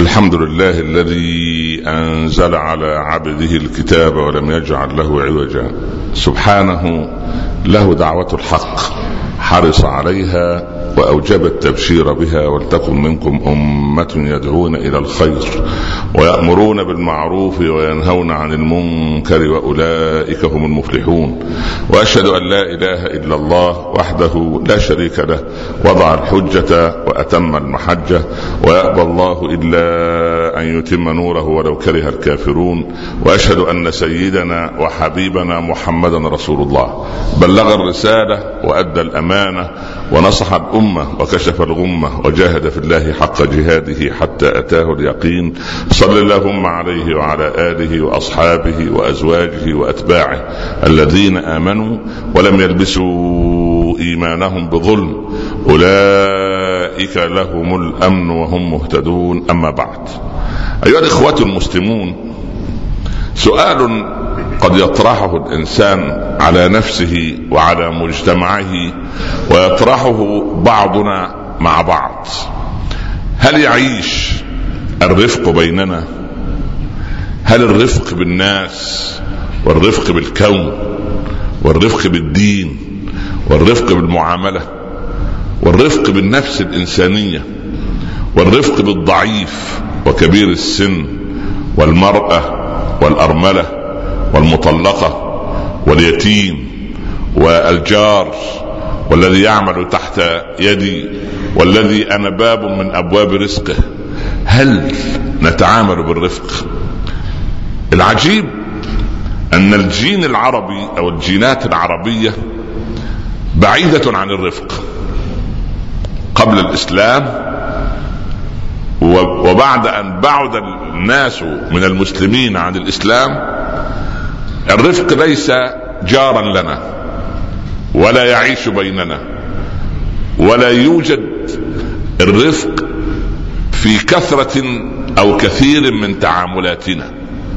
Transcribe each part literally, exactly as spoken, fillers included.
الحمد لله الذي أنزل على عبده الكتاب ولم يجعل له عوجا، سبحانه له دعوة الحق حرص عليها وأوجب التبشير بها، ولتكن منكم أمة يدعون إلى الخير ويأمرون بالمعروف وينهون عن المنكر وأولئك هم المفلحون. وأشهد أن لا إله إلا الله وحده لا شريك له، وضع الحجة وأتم المحجة، ويأبى الله إلا أن يتم نوره ولو كره الكافرون. وأشهد أن سيدنا وحبيبنا محمدا رسول الله بلغ الرسالة وأدى الأمانة ونصح الأمة وكشف الغمة وجاهد في الله حق جهاده حتى أتاه اليقين. صلى اللهم عليه وعلى آله وأصحابه وأزواجه وأتباعه الذين آمنوا ولم يلبسوا إيمانهم بظلم، أولئك لهم الأمن وهم مهتدون. أما بعد، أيها الإخوة المسلمون، سؤال قد يطرحه الإنسان على نفسه وعلى مجتمعه ويطرحه بعضنا مع بعض: هل يعيش الرفق بيننا؟ هل الرفق بالناس والرفق بالكون والرفق بالدين والرفق بالمعاملة والرفق بالنفس الإنسانية والرفق بالضعيف وكبير السن والمرأة والأرملة والمطلقة واليتيم والجار والذي يعمل تحت يدي والذي أنا باب من أبواب رزقه، هل نتعامل بالرفق؟ العجيب أن الجين العربي أو الجينات العربية بعيدة عن الرفق قبل الإسلام، وبعد أن بعد الناس من المسلمين عن الإسلام الرفق ليس جارا لنا ولا يعيش بيننا، ولا يوجد الرفق في كثرة أو كثير من تعاملاتنا.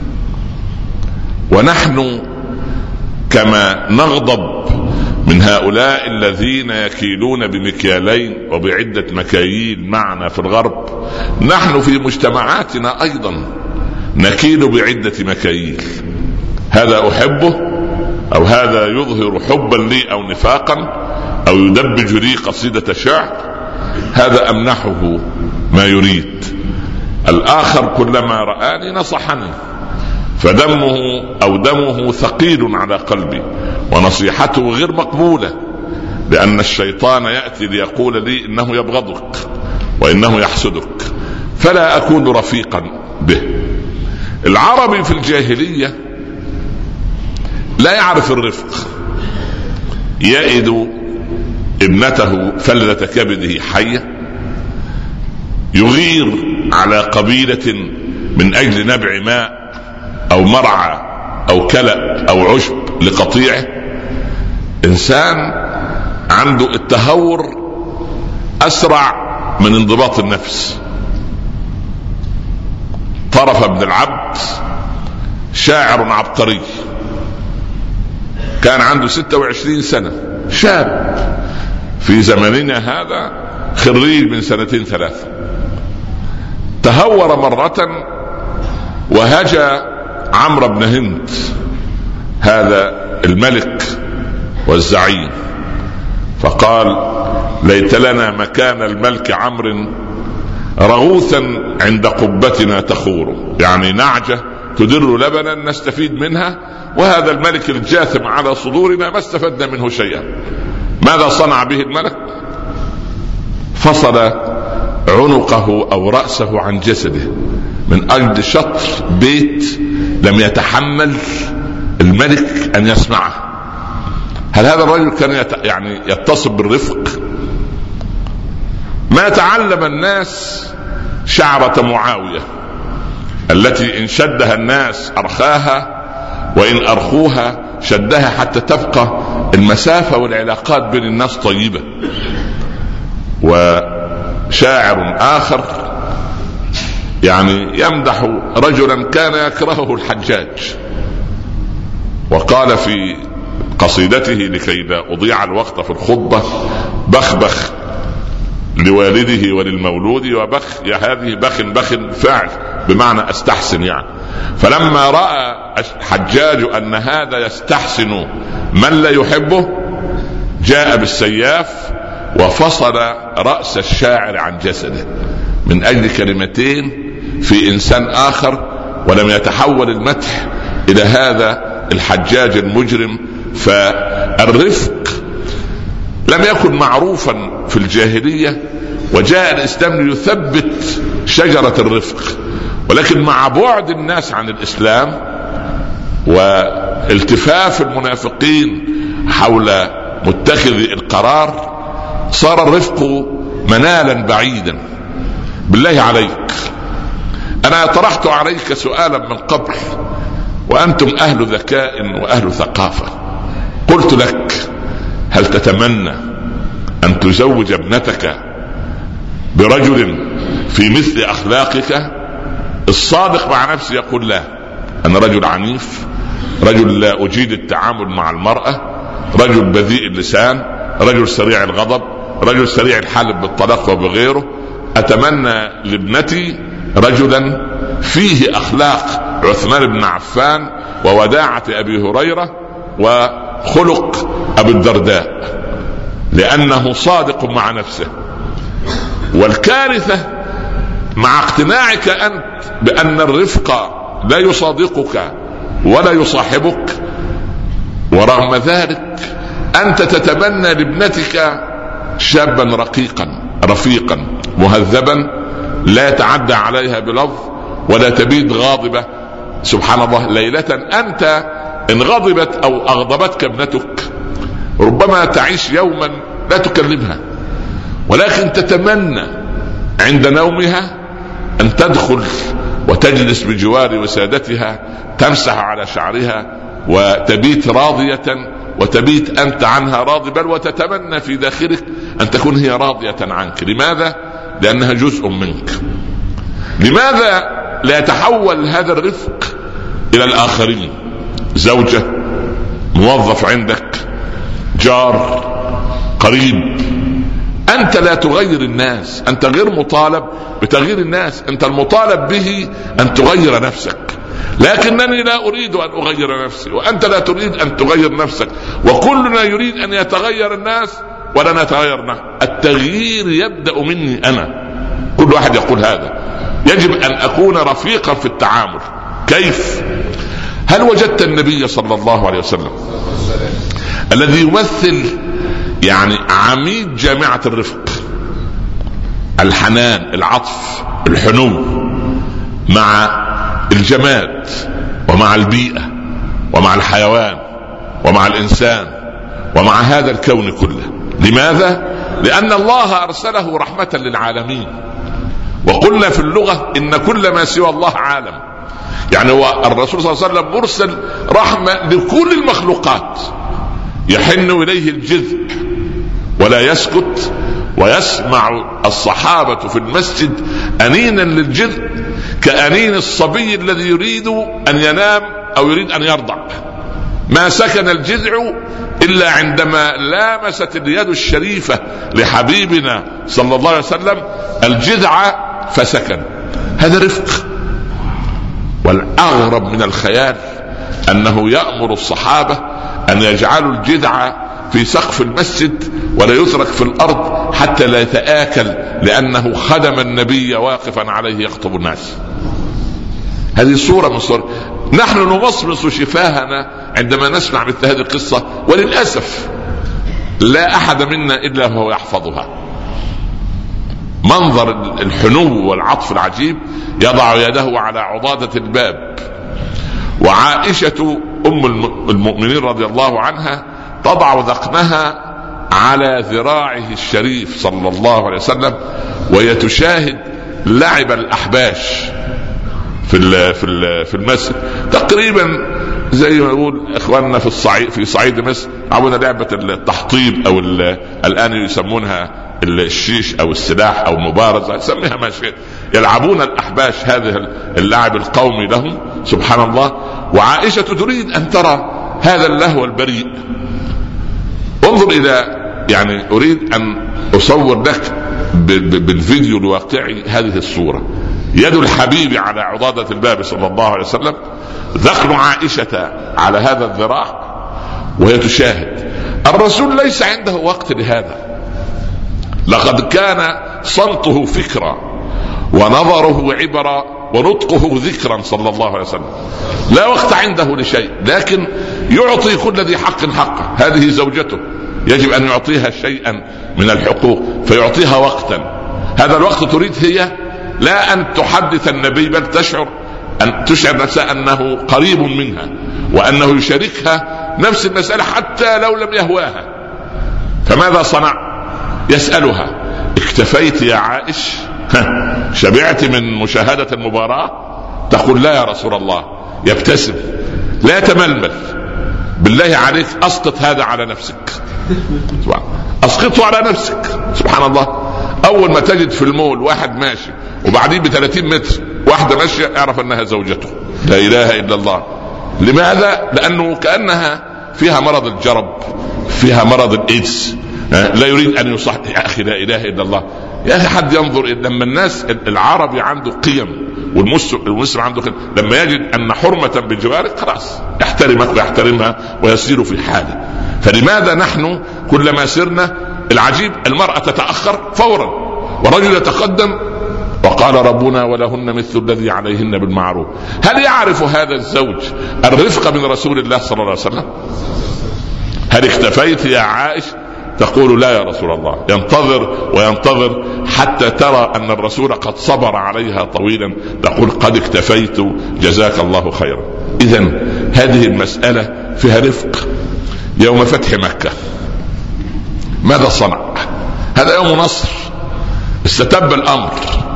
ونحن كما نغضب من هؤلاء الذين يكيلون بمكيالين وبعدة مكاييل معنا في الغرب، نحن في مجتمعاتنا أيضا نكيل بعدة مكاييل. هذا أحبه أو هذا يظهر حبا لي أو نفاقا أو يدبج لي قصيدة شعر، هذا أمنحه ما يريد. الآخر كلما رآني نصحني، فدمه أو دمه ثقيل على قلبي ونصيحته غير مقبولة، لأن الشيطان يأتي ليقول لي إنه يبغضك وإنه يحسدك، فلا أكون رفيقا به. العربي في الجاهلية لا يعرف الرفق، يئد ابنته فلذة كبده حية، يغير على قبيلة من أجل نبع ماء أو مرعى أو كلأ أو عشب لقطيعه. إنسان عنده التهور أسرع من انضباط النفس. طرف بن العبد شاعر عبقري، كان عنده ستة وعشرين سنة، شاب في زمننا هذا، خريج من سنتين ثلاثة. تهور مرة وهجى عمرو بن هند هذا الملك والزعيم، فقال: ليت لنا مكان الملك عمرو رغوثا عند قبتنا تخور، يعني نعجة تدر لبنا نستفيد منها، وهذا الملك الجاثم على صدورنا ما استفدنا منه شيئا. ماذا صنع به الملك؟ فصل عنقه أو رأسه عن جسده من أجل شطر بيت لم يتحمل الملك أن يسمعه. هل هذا الرجل كان يت... يعني يتصف بالرفق؟ ما تعلم الناس شعرة معاوية التي إن شدها الناس أرخاها، وإن أرخوها شدها، حتى تبقى المسافة والعلاقات بين الناس طيبة. وشاعر آخر يعني يمدح رجلا كان يكرهه الحجاج، وقال في قصيدته لكي لا أضيع الوقت في الخطبة: بخبخ لوالده وللمولود وبخ، يا هذه بخ بخ فعل بمعنى استحسن يعني. فلما رأى حجاج أن هذا يستحسن من لا يحبه جاء بالسياف وفصل رأس الشاعر عن جسده من أجل كلمتين في إنسان آخر، ولم يتحول المدح إلى هذا الحجاج المجرم. فالرفق لم يكن معروفا في الجاهلية، وجاء الإسلام ليثبت شجرة الرفق، ولكن مع بعد الناس عن الإسلام والتفاف المنافقين حول متخذ القرار صار الرفق منالا بعيدا. بالله عليك، أنا طرحت عليك سؤالا من قبل وأنتم أهل ذكاء وأهل ثقافة، قلت لك هل تتمنى أن تزوج ابنتك برجل في مثل أخلاقك؟ الصادق مع نفسه يقول لا، أنا رجل عنيف، رجل لا أجيد التعامل مع المرأة، رجل بذيء اللسان، رجل سريع الغضب، رجل سريع الحلف بالطلاق وبغيره. أتمنى لابنتي رجلا فيه أخلاق عثمان بن عفان ووداعة أبي هريرة وخلق أبي الدرداء، لأنه صادق مع نفسه. والكارثة مع اقتناعك أنت بأن الرفق لا يصادقك ولا يصاحبك، ورغم ذلك أنت تتبنى لابنتك شابا رقيقا رفيقا مهذبا لا يتعدى عليها بلفظ ولا تبيد غاضبة. سبحان الله، ليلة أنت إن غضبت أو أغضبتك ابنتك ربما تعيش يوما لا تكلمها، ولكن تتمنى عند نومها أن تدخل وتجلس بجوار وسادتها، تمسح على شعرها وتبيت راضية وتبيت أنت عنها راضي، بل وتتمنى في داخلك أن تكون هي راضية عنك. لماذا؟ لأنها جزء منك. لماذا لا يتحول هذا الرفق إلى الآخرين؟ زوجة، موظف عندك، جار، قريب. أنت لا تغير الناس، أنت غير مطالب بتغيير الناس، أنت المطالب به أن تغير نفسك. لكنني لا أريد أن أغير نفسي، وأنت لا تريد أن تغير نفسك، وكلنا يريد أن يتغير الناس ولا نتغير نحن. التغيير يبدأ مني أنا. كل واحد يقول هذا. يجب أن أكون رفيقا في التعامل. كيف؟ هل وجدت النبي صلى الله عليه وسلم الذي يمثل يعني عميد جامعة الرفق، الحنان، العطف، الحنو مع الجماد ومع البيئة ومع الحيوان ومع الإنسان ومع هذا الكون كله؟ لماذا؟ لأن الله أرسله رحمة للعالمين. وقلنا في اللغة إن كل ما سوى الله عالم، يعني هو الرسول صلى الله عليه وسلم مرسل رحمة لكل المخلوقات. يحن إليه الجذع ولا يسكت، ويسمع الصحابة في المسجد أنينا للجذع كأنين الصبي الذي يريد أن ينام أو يريد أن يرضع. ما سكن الجذع إلا عندما لامست اليد الشريفة لحبيبنا صلى الله عليه وسلم الجذع فسكن. هذا رفق. والأغرب من الخيال أنه يأمر الصحابة أن يجعلوا الجذع في سقف المسجد ولا يترك في الأرض حتى لا يتآكل، لأنه خدم النبي واقفا عليه يخطب الناس. هذه صورة من صور. نحن نمصمص شفاهنا عندما نسمع مثل هذه القصة، وللأسف لا أحد منا إلا هو يحفظها. منظر الحنو والعطف العجيب، يضع يده على عضادة الباب، وعائشة أم المؤمنين رضي الله عنها تضع ذقنها على ذراعه الشريف صلى الله عليه وسلم، وهي تشاهد لعب الأحباش في في المسجد. تقريبا زي ما يقول اخواننا في الصعيد في صعيد مصر عملنا لعبة التحطيب، او الان يسمونها الشيش او السلاح او مبارزة، سميها ما شئت. يلعبون الأحباش، هذا اللعب القومي لهم. سبحان الله. وعائشة تريد أن ترى هذا اللهو البريء. انظر إذا يعني أريد أن أصور لك بالفيديو الواقعي هذه الصورة: يد الحبيب على عضادة الباب صلى الله عليه وسلم، ذقن عائشة على هذا الذراع، وهي تشاهد. الرسول ليس عنده وقت لهذا، لقد كان صمته فكرة ونظره عبرة ونطقه ذكرا صلى الله عليه وسلم، لا وقت عنده لشيء، لكن يعطي كل ذي حق حقه. هذه زوجته يجب أن يعطيها شيئا من الحقوق فيعطيها وقتا، هذا الوقت تريد هي لا أن تحدث النبي، بل تشعر أن تشعر نفسها أنه قريب منها وأنه يشاركها نفس المسألة حتى لو لم يهواها. فماذا صنع؟ يسألها: اكتفيت يا عائش؟ شبعت من مشاهدة المباراة؟ تقول: لا يا رسول الله. يبتسم لا يتململ: بالله عليك أسقط هذا على نفسك، أسقطه على نفسك. سبحان الله، أول ما تجد في المول واحد ماشي وبعدين بثلاثين متر واحدة ماشية، اعرف أنها زوجته. لا إله إلا الله. لماذا؟ لأنه كأنها فيها مرض الجرب، فيها مرض الإيدز، لا يريد أن يصح. يا أخي لا إله إلا الله، يا أخي حد ينظر لما الناس العربي عنده قيم والمسلم عنده قيم، لما يجد أن حرمة بجوارك خلاص يحترمك ويحترمها ويسير في حاله. فلماذا نحن كلما سرنا؟ العجيب المرأة تتأخر فورا والرجل يتقدم، وقال ربنا: ولهن مثل الذي عليهن بالمعروف. هل يعرف هذا الزوج الرفق من رسول الله صلى الله عليه وسلم؟ هل اكتفيت يا عائش؟ تقول: لا يا رسول الله. ينتظر وينتظر حتى ترى أن الرسول قد صبر عليها طويلا، تقول: قد اكتفيت، جزاك الله خيرا. إذن هذه المسألة فيها رفق. يوم فتح مكة ماذا صنع؟ هذا يوم نصر، استتب الأمر،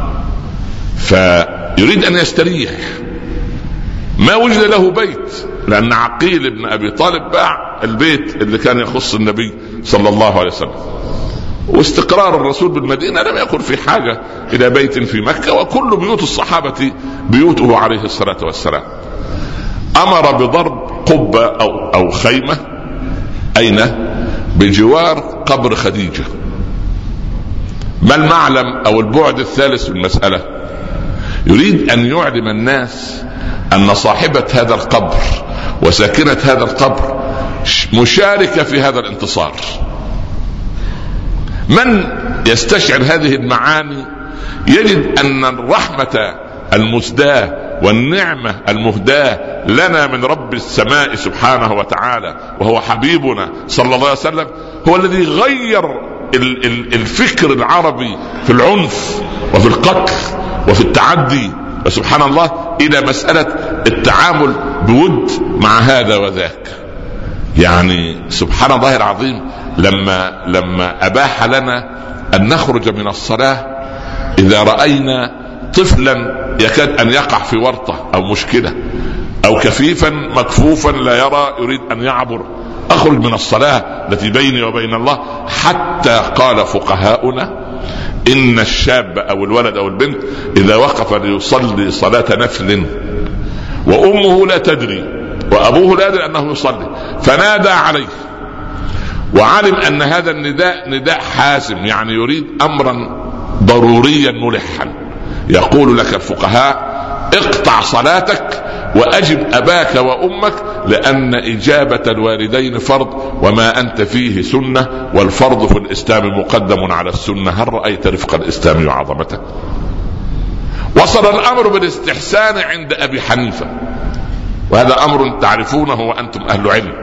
فيريد أن يستريح. ما وجد له بيت، لأن عقيل بن أبي طالب باع البيت اللي كان يخص النبي صلى الله عليه وسلم، واستقرار الرسول بالمدينة لم يكن في حاجة إلى بيت في مكة، وكل بيوت الصحابة بيوته عليه الصلاة والسلام. أمر بضرب قبة أو, أو خيمة، أين؟ بجوار قبر خديجة. ما المعلم أو البعد الثالث في المسألة؟ يريد أن يعلم الناس أن صاحبة هذا القبر وساكنة هذا القبر مشاركة في هذا الانتصار. من يستشعر هذه المعاني يجد أن الرحمة المسداة والنعمة المهداة لنا من رب السماء سبحانه وتعالى، وهو حبيبنا صلى الله عليه وسلم، هو الذي غير الفكر العربي في العنف وفي القتل وفي التعدي، وسبحان الله إلى مسألة التعامل بود مع هذا وذاك. يعني سبحان الله العظيم، لما لما أباح لنا أن نخرج من الصلاة إذا رأينا طفلا يكاد أن يقع في ورطة أو مشكلة، أو كفيفا مكفوفا لا يرى يريد أن يعبر، أخرج من الصلاة التي بيني وبين الله. حتى قال فقهاؤنا: إن الشاب أو الولد أو البنت إذا وقف ليصلي صلاة نفل وأمه لا تدري وأبوه لا يدري أنه يصلي، فنادى عليه وعلم أن هذا النداء نداء حاسم، يعني يريد أمرا ضروريا ملحا، يقول لك الفقهاء: اقطع صلاتك وأجب أباك وأمك، لأن إجابة الوالدين فرض، وما أنت فيه سنة، والفرض في الإسلام مقدم على السنة. هل رأيت رفق الإسلام وعظمته؟ وصل الأمر بالاستحسان عند أبي حنيفة، وهذا أمر تعرفونه وأنتم أهل علم.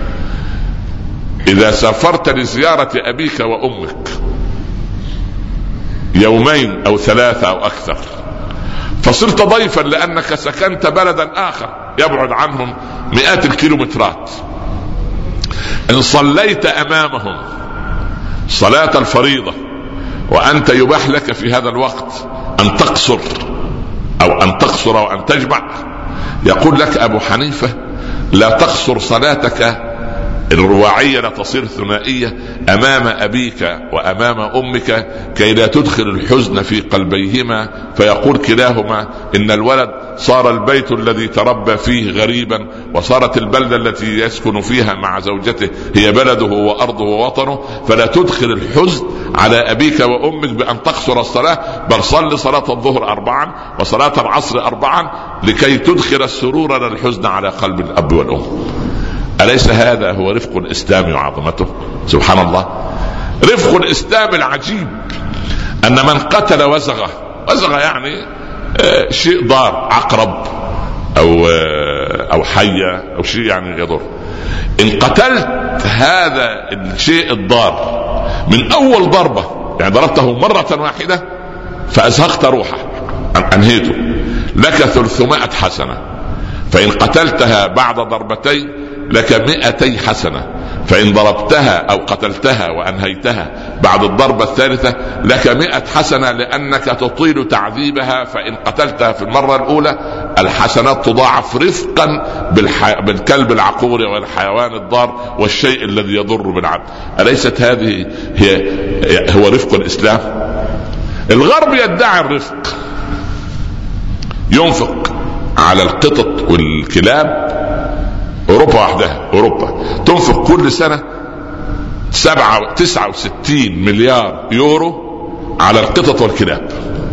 إذا سافرت لزيارة أبيك وأمك يومين أو ثلاثة أو أكثر، فصرت ضيفا لأنك سكنت بلدا آخر يبعد عنهم مئات الكيلومترات، إن صليت أمامهم صلاة الفريضة وأنت يباح لك في هذا الوقت أن تقصر أو أن تقصر أو أن تجمع، يقول لك أبو حنيفة: لا تقصر صلاتك الرواعية، لا تصير ثنائية أمام أبيك وأمام أمك، كي لا تدخل الحزن في قلبيهما، فيقول كلاهما إن الولد صار البيت الذي تربى فيه غريبا، وصارت البلدة التي يسكن فيها مع زوجته هي بلده وأرضه ووطنه. فلا تدخل الحزن على أبيك وأمك بأن تقصر الصلاة، بل صل صلاة الظهر أربعا وصلاة العصر أربعا لكي تدخل السرور والحزن على قلب الأب والأم. أليس هذا هو رفق الإسلام وعظمته؟ سبحان الله. رفق الإسلام العجيب أن من قتل وزغه، وزغه يعني آه شيء ضار، عقرب أو آه أو حية أو شيء يعني يضر، إن قتلت هذا الشيء الضار من أول ضربة، يعني ضربته مرة واحدة فأزهقت روحه أنهيته، لك ثلثمائة حسنة. فإن قتلتها بعد ضربتين لك مئتي حسنة. فإن ضربتها أو قتلتها وأنهيتها بعد الضربة الثالثة لك مئة حسنة، لأنك تطيل تعذيبها. فإن قتلتها في المرة الأولى الحسنات تضاعف رفقا بالحي... بالكلب العقور والحيوان الضار والشيء الذي يضر بالعبد. أليست هذه هي هو رفق الإسلام؟ الغرب يدعي الرفق، ينفق على القطط والكلاب. أوروبا وحدها، أوروبا تنفق كل سنة سبعة تسعة وستين مليار يورو على القطط والكلاب.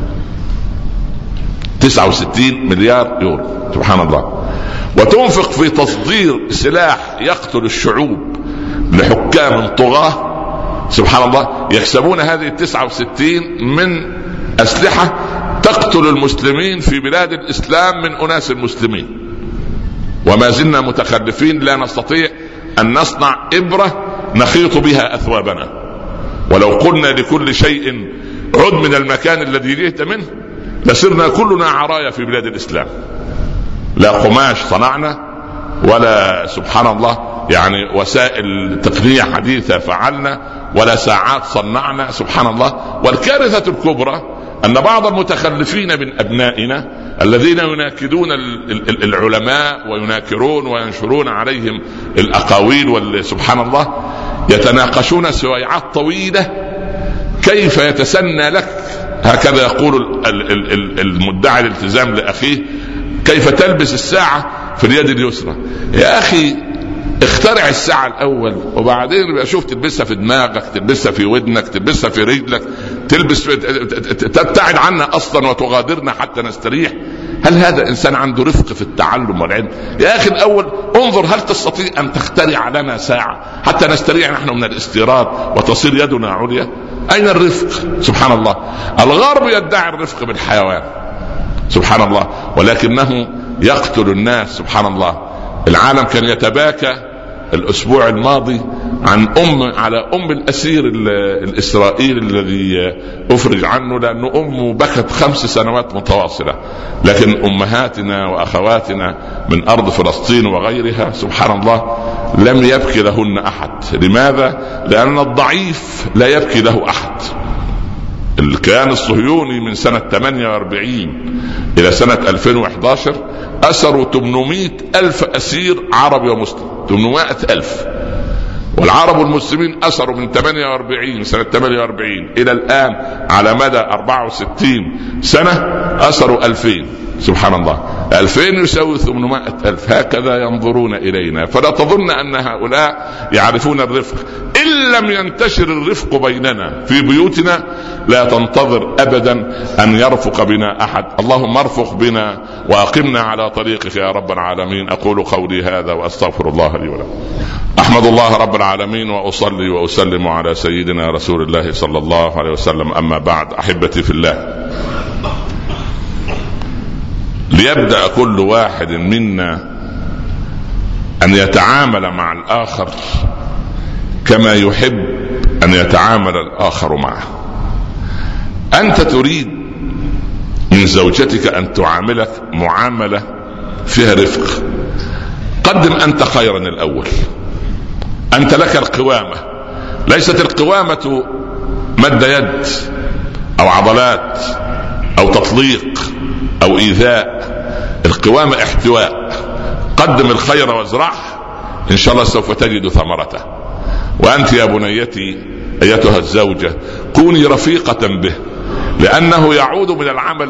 تسعة وستين مليار يورو، سبحان الله. وتنفق في تصدير سلاح يقتل الشعوب لحكام طغاة، سبحان الله، يكسبون هذه التسعة وستين من أسلحة تقتل المسلمين في بلاد الإسلام من أناس المسلمين. وما زلنا متخلفين، لا نستطيع أن نصنع إبرة نخيط بها أثوابنا. ولو قلنا لكل شيء عد من المكان الذي جئت منه لصرنا كلنا عرايا في بلاد الإسلام. لا قماش صنعنا، ولا سبحان الله يعني وسائل تقنية حديثة فعلنا، ولا ساعات صنعنا، سبحان الله. والكارثة الكبرى أن بعض المتخلفين من أبنائنا الذين يناكدون العلماء ويناكرون وينشرون عليهم الأقاويل وسبحان الله يتناقشون سويعات طويلة كيف يتسنى لك، هكذا يقول المدعي الالتزام لأخيه، كيف تلبس الساعة في اليد اليسرى. يا أخي اخترع الساعة الأول، وبعدين بقى شوف تلبسها في دماغك، تلبسها في ودنك، تلبسها في رجلك، تلبس في... تبتعد عنا أصلا وتغادرنا حتى نستريح. هل هذا إنسان عنده رفق في التعلم والعلم؟ يا أخي الأول انظر هل تستطيع أن تخترع لنا ساعة حتى نستريح نحن من الاستيراد وتصير يدنا عليا؟ أين الرفق؟ سبحان الله. الغرب يدعي الرفق بالحيوان، سبحان الله، ولكنه يقتل الناس، سبحان الله. العالم كان يتباكى الأسبوع الماضي عن أم على أم الأسير الإسرائيلي الذي أفرج عنه، لأن أمه بكت خمس سنوات متواصلة. لكن أمهاتنا وأخواتنا من أرض فلسطين وغيرها، سبحان الله، لم يبكي لهن أحد. لماذا؟ لأن الضعيف لا يبكي له أحد. الكيان الصهيوني من سنة ثمانية وأربعين إلى سنة ألفين وإحدى عشر أسروا ثمانمائة ألف أسير عربي ومسلم، ثمانمائة ألف. والعرب والمسلمين أسروا من ثمانية وأربعين سنة ثمانية وأربعين إلى الآن على مدى أربعة وستين سنة أسروا ألفين. سبحان الله، ألفين يساوي ثمانمائة ألف. هكذا ينظرون إلينا. فلا تظن أن هؤلاء يعرفون الرفق. إن لم ينتشر الرفق بيننا في بيوتنا لا تنتظر أبدا أن يرفق بنا أحد. اللهم ارفق بنا وأقمنا على طريقك يا رب العالمين. أقول قولي هذا وأستغفر الله لي ولكم. أحمد الله رب العالمين وأصلي وأسلم على سيدنا رسول الله صلى الله عليه وسلم. أما بعد، أحبتي في الله، ليبدأ كل واحد منا أن يتعامل مع الآخر كما يحب أن يتعامل الآخر معه. أنت تريد من زوجتك أن تعاملك معاملة فيها رفق، قدم أنت خيرا الأول. أنت لك القوامة، ليست القوامة مد يد أو عضلات أو تطليق أو إيذاء. القوامة احتواء. قدم الخير وازرعه، إن شاء الله سوف تجد ثمرته. وأنت يا بنيتي أيتها الزوجة كوني رفيقة به، لأنه يعود من العمل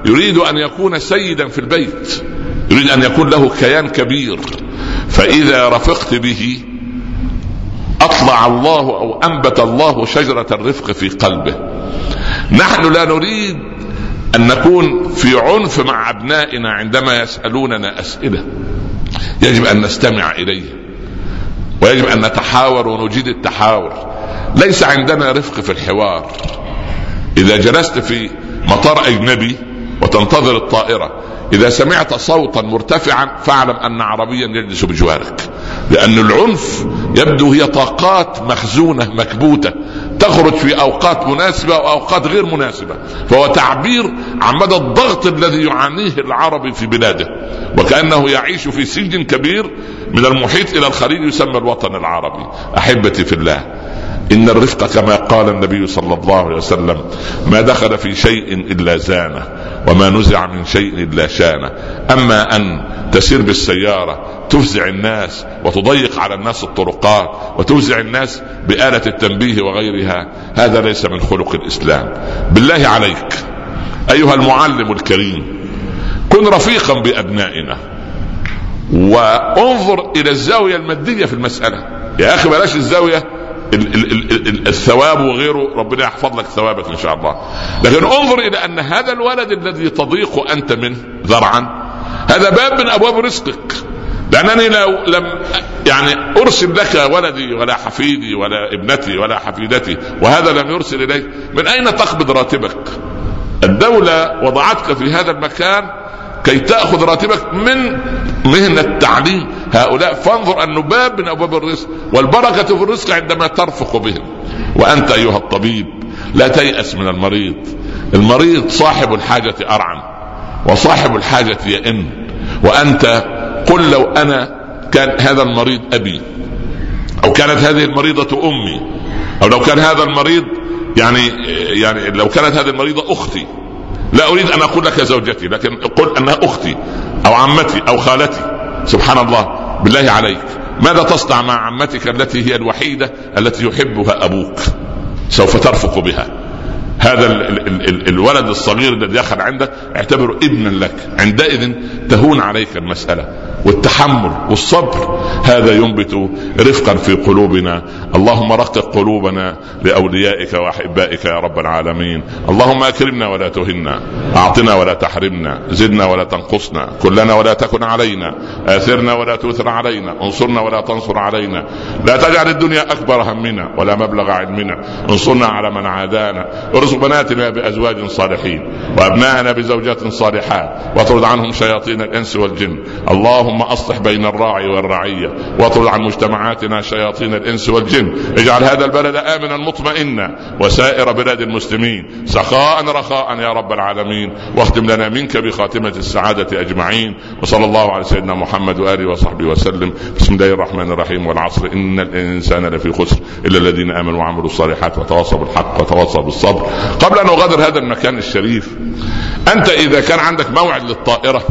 يريد أن يكون سيدا في البيت، يريد أن يكون له كيان كبير، فإذا رفقت به أطلع الله أو أنبت الله شجرة الرفق في قلبه. نحن لا نريد أن نكون في عنف مع أبنائنا عندما يسألوننا أسئلة، يجب أن نستمع إليه، ويجب أن نتحاور ونجيد التحاور. ليس عندنا رفق في الحوار. إذا جلست في مطار أجنبي وتنتظر الطائرة، إذا سمعت صوتا مرتفعا فاعلم أن عربيا يجلس بجوارك، لأن العنف يبدو هي طاقات مخزونة مكبوتة تخرج في أوقات مناسبة وأوقات غير مناسبة، فهو تعبير عن مدى الضغط الذي يعانيه العربي في بلاده، وكأنه يعيش في سجن كبير من المحيط إلى الخليج يسمى الوطن العربي. أحبتي في الله، إن الرفق كما قال النبي صلى الله عليه وسلم: ما دخل في شيء إلا زانه، وما نزع من شيء إلا شانه. أما أن تسير بالسيارة تفزع الناس وتضيق على الناس الطرقات وتفزع الناس بآلة التنبيه وغيرها، هذا ليس من خلق الإسلام. بالله عليك أيها المعلم الكريم، كن رفيقا بأبنائنا وانظر إلى الزاوية المادية في المسألة. يا أخي بلاش الزاوية الثواب وغيره، ربنا يحفظ لك ثوابك إن شاء الله، لكن انظر إلى أن هذا الولد الذي تضيق أنت منه ذرعا هذا باب من أبواب رزقك. لأنني لو لم يعني أرسل لك ولدي ولا حفيدي ولا ابنتي ولا حفيدتي وهذا لم يرسل إليك، من أين تقبض راتبك؟ الدولة وضعتك في هذا المكان كي تأخذ راتبك من مهنة التعليم هؤلاء، فانظر أنه باب من أبواب الرزق، والبركة في الرزق عندما ترفق بهم. وأنت أيها الطبيب لا تيأس من المريض، المريض صاحب الحاجة أرعن وصاحب الحاجة يئن. وأنت قل لو أنا كان هذا المريض أبي، أو كانت هذه المريضة أمي، أو لو كان هذا المريض يعني يعني لو كانت هذه المريضة أختي، لا أريد أن أقول لك زوجتي، لكن قل أنها أختي أو عمتي أو خالتي، سبحان الله. بالله عليك ماذا تصنع مع عمتك التي هي الوحيدة التي يحبها أبوك؟ سوف ترفق بها. هذا ال ال ال ال الولد الصغير الذي دخل عندك اعتبره ابنا لك، عندئذ تهون عليك المسألة. والتحمل والصبر هذا ينبت رفقا في قلوبنا. اللهم رقق قلوبنا لأوليائك وأحبائك يا رب العالمين. اللهم أكرمنا ولا تهنا، أعطنا ولا تحرمنا، زدنا ولا تنقصنا، كلنا ولا تكن علينا، آثرنا ولا تؤثر علينا، انصرنا ولا تنصر علينا، لا تجعل الدنيا أكبر همنا ولا مبلغ علمنا، انصرنا على من عادانا، ارزق بناتنا بأزواج صالحين وأبنائنا بزوجات صالحات، واطرد عنهم شياطين الإنس والجن. اللهم أصلح بين الراعي والرعية، واطرد عن مجتمعاتنا شياطين الإنس والجن. اجعل هذا البلد آمنا مطمئنا وسائر بلاد المسلمين سخاء رخاء يا رب العالمين. واختم لنا منك بخاتمة السعادة أجمعين. وصلى الله على سيدنا محمد وآله وصحبه وسلم. بسم الله الرحمن الرحيم. والعصر إن الإنسان لفي خسر إلا الذين آمنوا وعملوا الصالحات وتواصوا بالحق وتواصوا بالصبر. قبل أن أغادر هذا المكان الشريف، أنت إذا كان عندك موعد للطائرة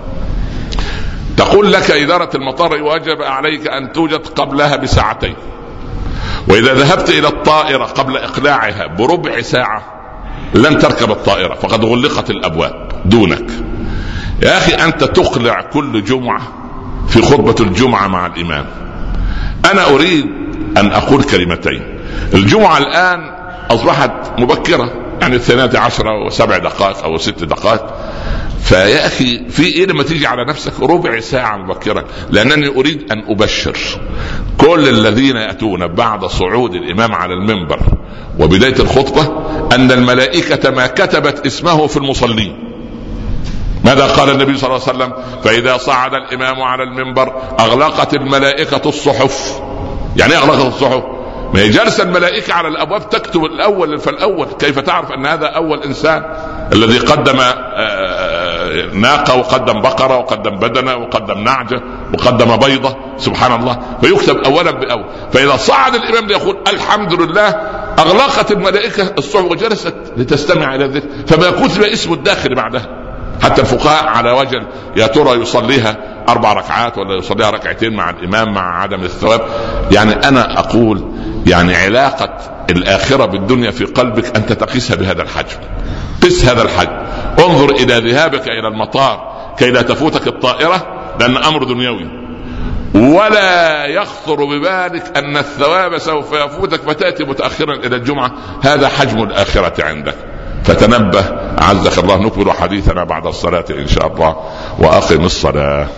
تقول لك إدارة المطار واجب عليك أن توجد قبلها بساعتين، وإذا ذهبت إلى الطائرة قبل إقلاعها بربع ساعة لن تركب الطائرة، فقد غلقت الأبواب دونك. يا أخي أنت تقلع كل جمعة في خطبة الجمعة مع الإمام. أنا أريد أن أقول كلمتين. الجمعة الآن أصبحت مبكرة، يعني الثانية عشرة وسبع دقائق أو ست دقائق، فيا أخي في إيه لما تيجي على نفسك ربع ساعة مبكرة؟ لأنني أريد أن أبشر كل الذين يأتون بعد صعود الإمام على المنبر وبداية الخطبة أن الملائكة ما كتبت اسمه في المصلين. ماذا قال النبي صلى الله عليه وسلم؟ فإذا صعد الإمام على المنبر أغلقت الملائكة الصحف. يعني أغلقت الصحف؟ ما هي جالسة الملائكة على الأبواب تكتب الأول فالأول. كيف تعرف أن هذا أول إنسان الذي قدم ناقة وقدم بقرة وقدم بدنة وقدم نعجة وقدم بيضة؟ سبحان الله. فيكتب أولا بأول. فإذا صعد الإمام يقول الحمد لله أغلقت الملائكة الصحف وجلست لتستمع إلى الذكر، فما كتب اسم الداخل بعدها. حتى الفقهاء على وجل يا ترى يصليها أربع ركعات ولا يصليها ركعتين مع الإمام مع عدم الثواب. يعني أنا أقول يعني علاقة الآخرة بالدنيا في قلبك أنت تقيسها بهذا الحجم. قس هذا الحجم. انظر الى ذهابك الى المطار كي لا تفوتك الطائرة، لان امر دنيوي، ولا يخطر ببالك ان الثواب سوف يفوتك فتأتي متأخرا الى الجمعة. هذا حجم الآخرة عندك، فتنبه عزك الله. نكمل حديثنا بعد الصلاة ان شاء الله، واقم الصلاة.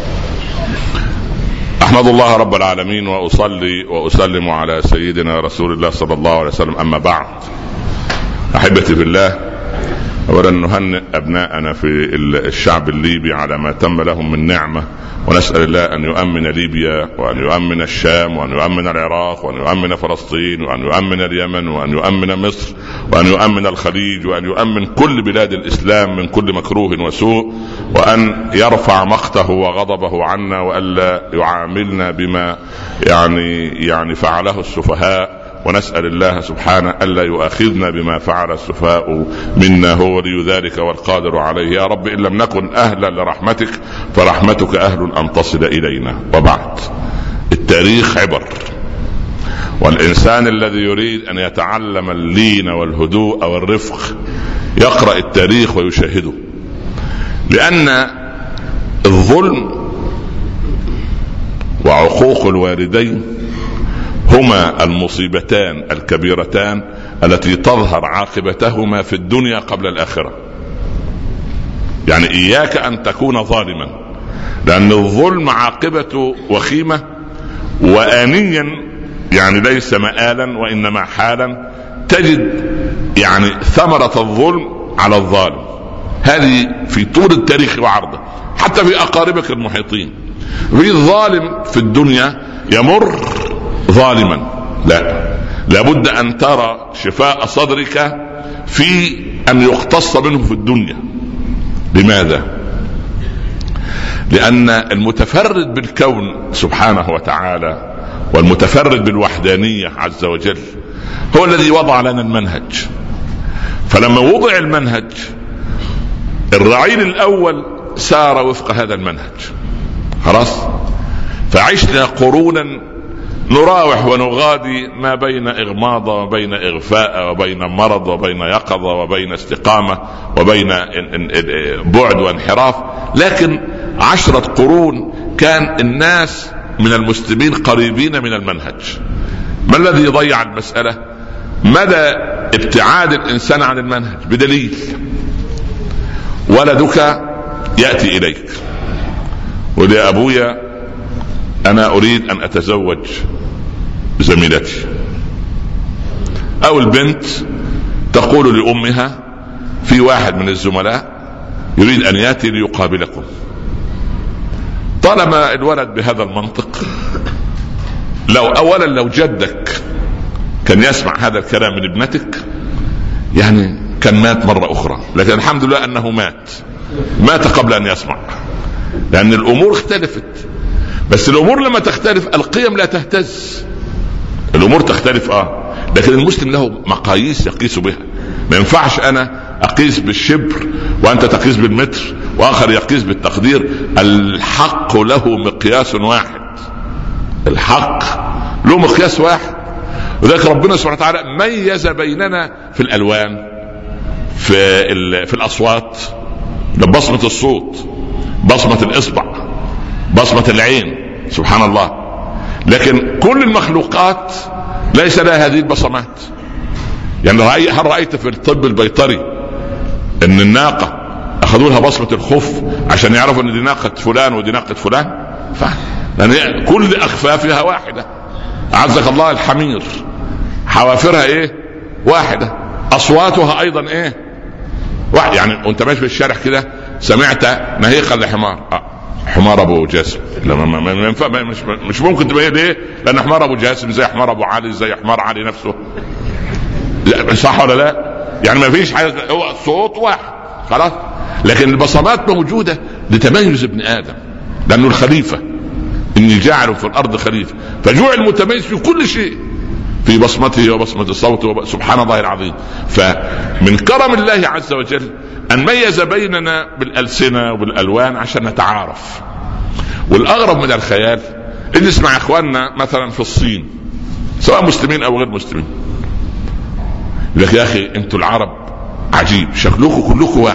احمد الله رب العالمين واصلي واسلم على سيدنا رسول الله صلى الله عليه وسلم. اما بعد، احبتي في الله، اولا نهنئ ابناءنا في الشعب الليبي على ما تم لهم من نعمة، ونسأل الله أن يؤمن ليبيا، وأن يؤمن الشام، وأن يؤمن العراق، وأن يؤمن فلسطين، وأن يؤمن اليمن، وأن يؤمن مصر، وأن يؤمن الخليج، وأن يؤمن كل بلاد الإسلام من كل مكروه وسوء، وأن يرفع مقته وغضبه عنا، وألا يعاملنا بما يعني يعني فعله السفهاء. ونسأل الله سبحانه ألا يؤاخذنا بما فعل السفهاء منا، هو ولي ذلك والقادر عليه. يا رب، إن لم نكن أهلا لرحمتك فرحمتك أهل أن تصل إلينا. وبعد، التاريخ عبر، والإنسان الذي يريد أن يتعلم اللين والهدوء والرفق يقرأ التاريخ ويشاهده، لأن الظلم وعقوق الوالدين هما المصيبتان الكبيرتان التي تظهر عاقبتهما في الدنيا قبل الآخرة. يعني إياك أن تكون ظالما، لأن الظلم عاقبته وخيمة، وآنيا يعني ليس مآلا وإنما حالا تجد يعني ثمرة الظلم على الظالم. هذه في طول التاريخ وعرضه، حتى في أقاربك المحيطين. في الظالم في الدنيا يمر ظالما، لا، لابد أن ترى شفاء صدرك في أن يقتص منه في الدنيا. لماذا؟ لأن المتفرد بالكون سبحانه وتعالى والمتفرد بالوحدانية عز وجل هو الذي وضع لنا المنهج. فلما وضع المنهج، الرعيل الأول سار وفق هذا المنهج، خلاص. فعشنا قرونا نراوح ونغادي ما بين إغماضة وبين إغفاء وبين مرض وبين يقظة وبين استقامة وبين بعد وانحراف. لكن عشرة قرون كان الناس من المسلمين قريبين من المنهج. ما الذي ضيع المسألة؟ مدى ابتعاد الإنسان عن المنهج، بدليل ولدك يأتي إليك ولي أبويا أنا أريد أن أتزوج زميلتي، أو البنت تقول لأمها في واحد من الزملاء يريد أن يأتي ليقابلكم. طالما الولد بهذا المنطق، لو أولا لو جدك كان يسمع هذا الكلام من ابنتك يعني كان مات مرة أخرى، لكن الحمد لله أنه مات مات قبل أن يسمع، لأن الأمور اختلفت. بس الأمور لما تختلف القيم لا تهتز. الأمور تختلف اه لكن المسلم له مقاييس يقيس بها. ما ينفعش أنا أقيس بالشبر وأنت تقيس بالمتر وآخر يقيس بالتقدير. الحق له مقياس واحد، الحق له مقياس واحد. وذلك ربنا سبحانه وتعالى ميز بيننا في الألوان، في في الأصوات، بصمة الصوت، بصمة الإصبع، بصمة العين، سبحان الله. لكن كل المخلوقات ليس لها هذه البصمات. يعني هل رأيت في الطب البيطري ان الناقة اخذوا لها بصمة الخف عشان يعرفوا ان دي ناقة فلان ودي ناقة فلان؟ لان كل اخفافها واحدة. عزك الله الحمير حوافرها ايه؟ واحدة. اصواتها ايضا ايه؟ واحد. يعني وانت ماشي في الشارع كده سمعت نهيقا لحمار، آه. حمار ابو جاسم، لما ما ينفع، مش مش ممكن تبقى ليه؟ لان حمار ابو جاسم زي حمار ابو علي زي حمار علي نفسه، صح ولا لا؟ يعني ما فيش حاجه، هو صوت واحد خلاص. لكن البصمات موجوده لتميز ابن ادم، لانه الخليفه، اني جاعل في الارض خليفه، فجعل متميز في كل شيء، في بصمته وبصمه الصوت، سبحان الله العظيم. فمن كرم الله عز وجل أن ميز بيننا بالألسنة وبالألوان عشان نتعارف. والأغرب من الخيال إن نسمع إخواننا مثلا في الصين سواء مسلمين أو غير مسلمين يقول لك يا أخي أنتوا العرب عجيب، شكلكم كلكم واحد،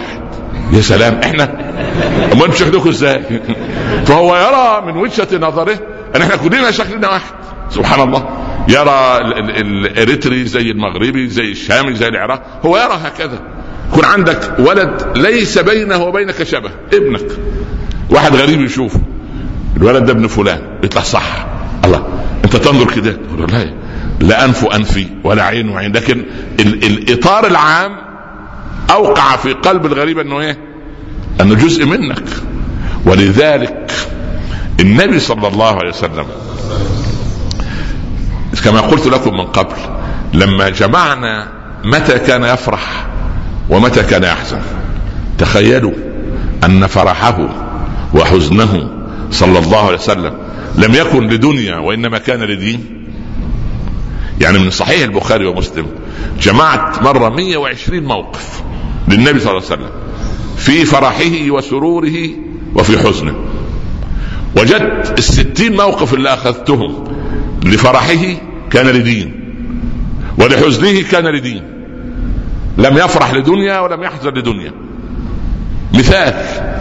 يا سلام احنا امال انتوا شكلكم ازاي؟ فهو يرى من وجهة نظره ان احنا كلنا شكلنا واحد. سبحان الله. يرى الاريتري زي المغربي زي الشامي زي العراق، هو يرى هكذا. يكون عندك ولد ليس بينه وبينك شبه، ابنك واحد غريب يشوفه الولد ده ابن فلان يطلع صح، الله انت تنظر كده لا لا انف انفي ولا عين عين، لكن ال الاطار العام اوقع في قلب الغريب انه ايه؟ انه جزء منك. ولذلك النبي صلى الله عليه وسلم كما قلت لكم من قبل لما جمعنا متى كان يفرح ومتى كان يحزن، تخيلوا ان فرحه وحزنه صلى الله عليه وسلم لم يكن لدنيا وانما كان لدين. يعني من صحيح البخاري ومسلم جمعت مرة مئة وعشرين موقف للنبي صلى الله عليه وسلم في فرحه وسروره وفي حزنه، وجدت الستين موقف اللي اخذتهم لفرحه كان لدين ولحزنه كان لدين، لم يفرح لدنيا ولم يحزن لدنيا. مثال،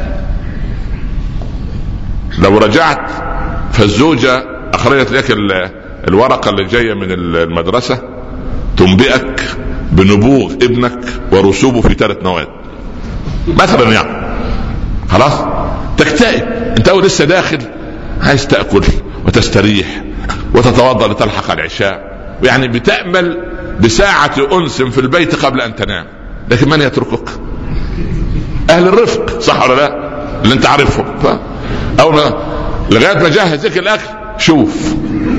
لو رجعت فالزوجة اخرجت لك الورقة اللي جاية من المدرسة تنبئك بنبوغ ابنك ورسوبه في ثلاث نواد مثلا، يعني خلاص تكتئب انت اول لسه داخل عايز تأكل وتستريح وتتوضأ لتلحق العشاء، يعني بتأمل بساعة أنس في البيت قبل أن تنام، لكن من يتركك؟ أهل الرفق، صح ولا لا؟ اللي انت عارفهم. أول ما لغاية ما جهزك الأكل شوف